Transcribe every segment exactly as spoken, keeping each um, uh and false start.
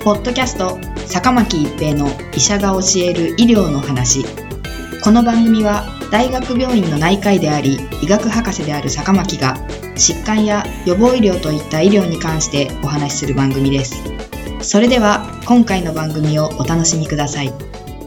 ポッドキャスト坂巻一平の医者が教える医療の話。この番組は大学病院の内科医であり医学博士である坂巻が疾患や予防医療といった医療に関してお話しする番組です。それでは今回の番組をお楽しみください。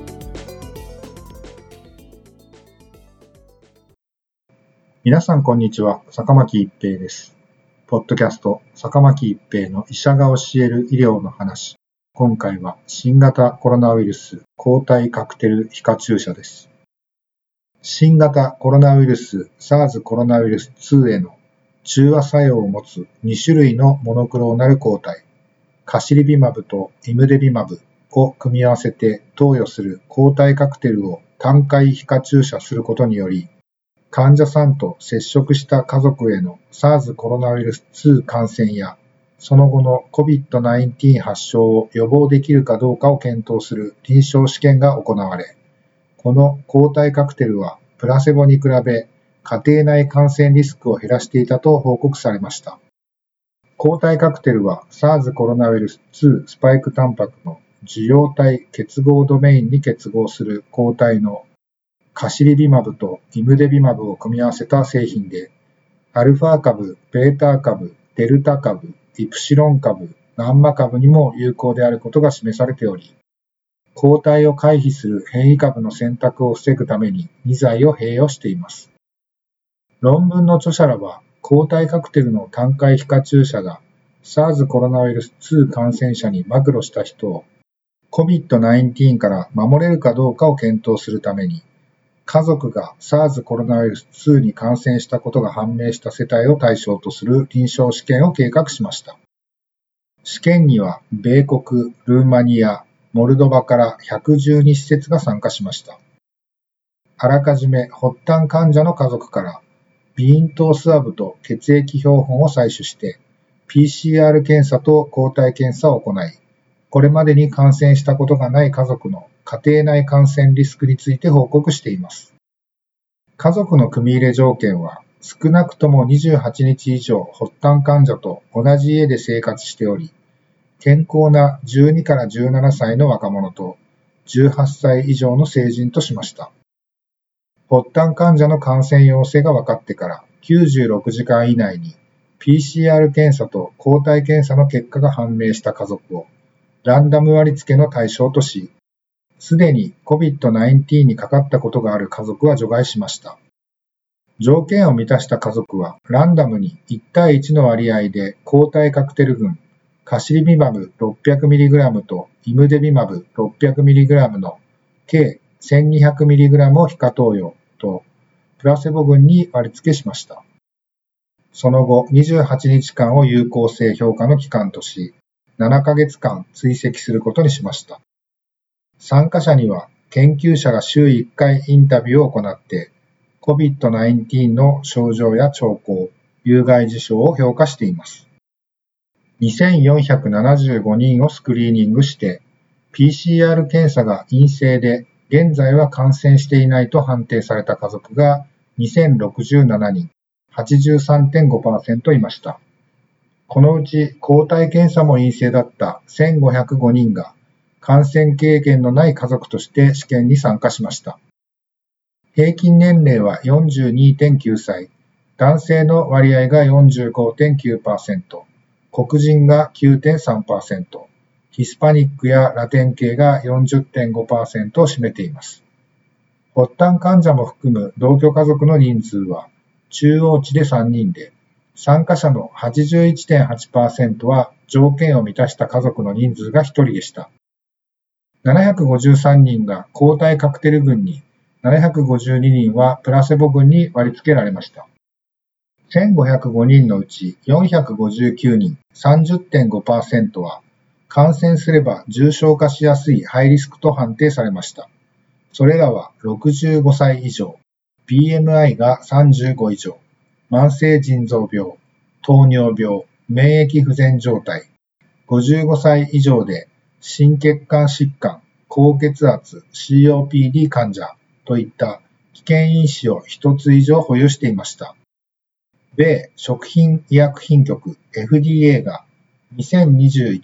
皆さんこんにちは、坂巻一平です。ポッドキャスト坂巻一平の医者が教える医療の話。今回は新型コロナウイルス抗体カクテル皮下注射です。新型コロナウイルス SARS コロナウイルスにへの中和作用を持つに種類のモノクローナル抗体、カシリビマブとイムデビマブを組み合わせて投与する抗体カクテルを単回皮下注射することにより、患者さんと接触した家族への SARS コロナウイルスに感染や、その後の コビッドナインティーン 発症を予防できるかどうかを検討する臨床試験が行われ、この抗体カクテルはプラセボに比べ家庭内感染リスクを減らしていたと報告されました。抗体カクテルは SARS コロナウイルスにスパイクタンパクの受容体結合ドメインに結合する抗体のカシリビマブとイムデビマブを組み合わせた製品で、アルファ株、ベータ株、デルタ株、イプシロン株、ガンマ株にも有効であることが示されており、抗体を回避する変異株の選択を防ぐためにに剤を併用しています。論文の著者らは、抗体カクテルの単回皮下注射が SARS コロナウイルスに感染者に暴露した人を コビッドナインティーン から守れるかどうかを検討するために、家族が SARS コロナウイルスにに感染したことが判明した世帯を対象とする臨床試験を計画しました。試験には米国、ルーマニア、モルドバからひゃくじゅうに施設が参加しました。あらかじめ発端患者の家族からビーントスワブと血液標本を採取して ピーシーアール 検査と抗体検査を行い、これまでに感染したことがない家族の家庭内感染リスクについて報告しています。家族の組み入れ条件は、少なくともにじゅうはちにち以上発端患者と同じ家で生活しており、健康なじゅうにからじゅうななさいの若者とじゅうはっさい以上の成人としました。発端患者の感染陽性が分かってからきゅうじゅうろくじかん以内に ピーシーアール 検査と抗体検査の結果が判明した家族をランダム割り付けの対象とし、すでに コビッドナインティーン にかかったことがある家族は除外しました。条件を満たした家族はランダムにいち対いちの割合で抗体カクテル群、カシリビマブ ろっぴゃくミリグラム とイムデビマブ ろっぴゃくミリグラム の計 せんにひゃくミリグラム を皮下投与とプラセボ群に割り付けしました。その後にじゅうはちにちかんを有効性評価の期間とし、ななかげつかん追跡することにしました。参加者には研究者が週いっかいインタビューを行って コビッドナインティーン の症状や兆候、有害事象を評価しています。にせんよんひゃくななじゅうごにんをスクリーニングして ピーシーアール 検査が陰性で現在は感染していないと判定された家族がにせんろくじゅうななにん、はちじゅうさんてんごパーセント いました。このうち抗体検査も陰性だったせんごひゃくごにんが感染経験のない家族として試験に参加しました。平均年齢は よんじゅうにてんきゅうさい、男性の割合が よんじゅうごてんきゅうパーセント、黒人が きゅうてんさんパーセント、ヒスパニックやラテン系が よんじゅってんごパーセント を占めています。発端患者も含む同居家族の人数は中央値でさんにんで、参加者の はちじゅういちてんはちパーセント は条件を満たした家族の人数がひとりでした。ななひゃくごじゅうさんにんが抗体カクテル群に、ななひゃくごじゅうににんはプラセボ群に割り付けられました。せんごひゃくごにんのうちよんひゃくごじゅうきゅうにん、さんじゅってんごパーセント は感染すれば重症化しやすいハイリスクと判定されました。それらはろくじゅうごさい以上、ビーエムアイ がさんじゅうご以上、慢性腎臓病、糖尿病、免疫不全状態、ごじゅうごさい以上で心血管疾患、高血圧、シーオーピーディー 患者といった危険因子をひとつ以上保有していました。米食品医薬品局 エフディーエー がにせんにじゅういちねん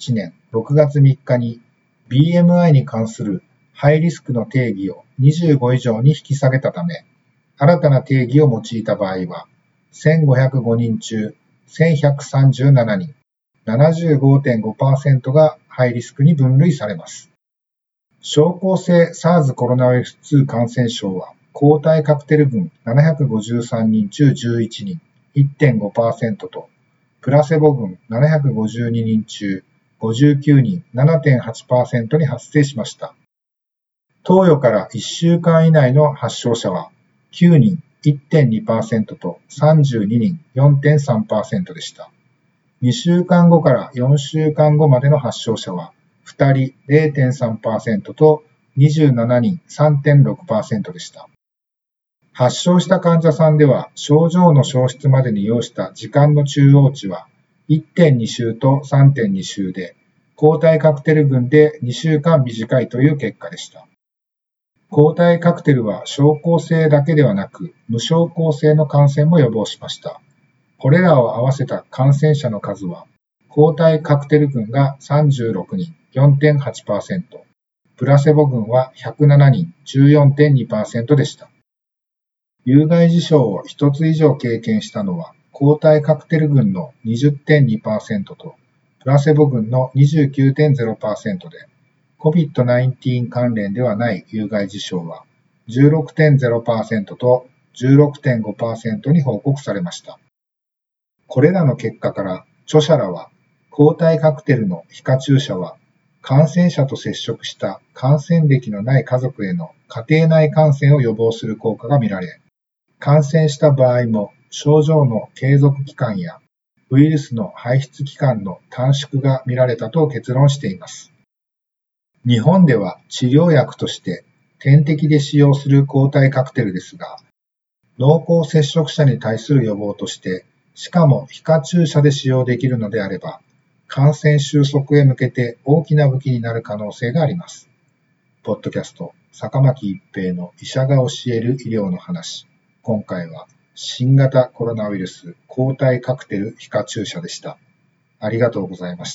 ろくがつみっかに ビーエムアイ に関するハイリスクの定義をにじゅうご以上に引き下げたため、新たな定義を用いた場合は、せんごひゃくごにん中せんひゃくさんじゅうななにん、ななじゅうごてんごパーセント がハイリスクに分類されます。症候性 SARS コロナウイルスに感染症は、抗体カクテル群ななひゃくごじゅうさんにん中じゅういちにん、いってんごパーセント と、プラセボ群ななひゃくごじゅうににん中ごじゅうきゅうにん、ななてんはちパーセント に発生しました。投与からいっしゅうかん以内の発症者はきゅうにん、いってんにパーセント とさんじゅうににん、よんてんさんパーセント でした。にしゅうかんごからよんしゅうかんごまでの発症者はふたり れいてんさんパーセント とにじゅうななにん さんてんろくパーセント でした。発症した患者さんでは症状の消失までに要した時間の中央値は いってんに 週と さんてんに 週で、抗体カクテル群でにしゅうかん短いという結果でした。抗体カクテルは症候性だけではなく無症候性の感染も予防しました。これらを合わせた感染者の数は、抗体カクテル群がさんじゅうろくにん、よんてんはちパーセント、プラセボ群はひゃくななにん、じゅうよんてんにパーセント でした。有害事象をひとつ以上経験したのは、抗体カクテル群の にじゅってんにパーセント と、プラセボ群の にじゅうきゅうてんゼロパーセント で、コビッドナインティーン 関連ではない有害事象は じゅうろくてんゼロパーセント と じゅうろくてんごパーセント に報告されました。これらの結果から、著者らは、抗体カクテルの皮下注射は、感染者と接触した感染歴のない家族への家庭内感染を予防する効果が見られ、感染した場合も症状の継続期間やウイルスの排出期間の短縮が見られたと結論しています。日本では治療薬として点滴で使用する抗体カクテルですが、濃厚接触者に対する予防として、しかも皮下注射で使用できるのであれば、感染収束へ向けて大きな武器になる可能性があります。ポッドキャスト、坂巻一平の医者が教える医療の話。今回は新型コロナウイルス抗体カクテル皮下注射でした。ありがとうございました。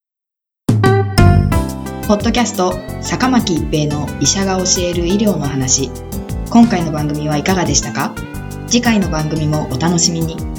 ポッドキャスト、坂巻一平の医者が教える医療の話。今回の番組はいかがでしたか？次回の番組もお楽しみに。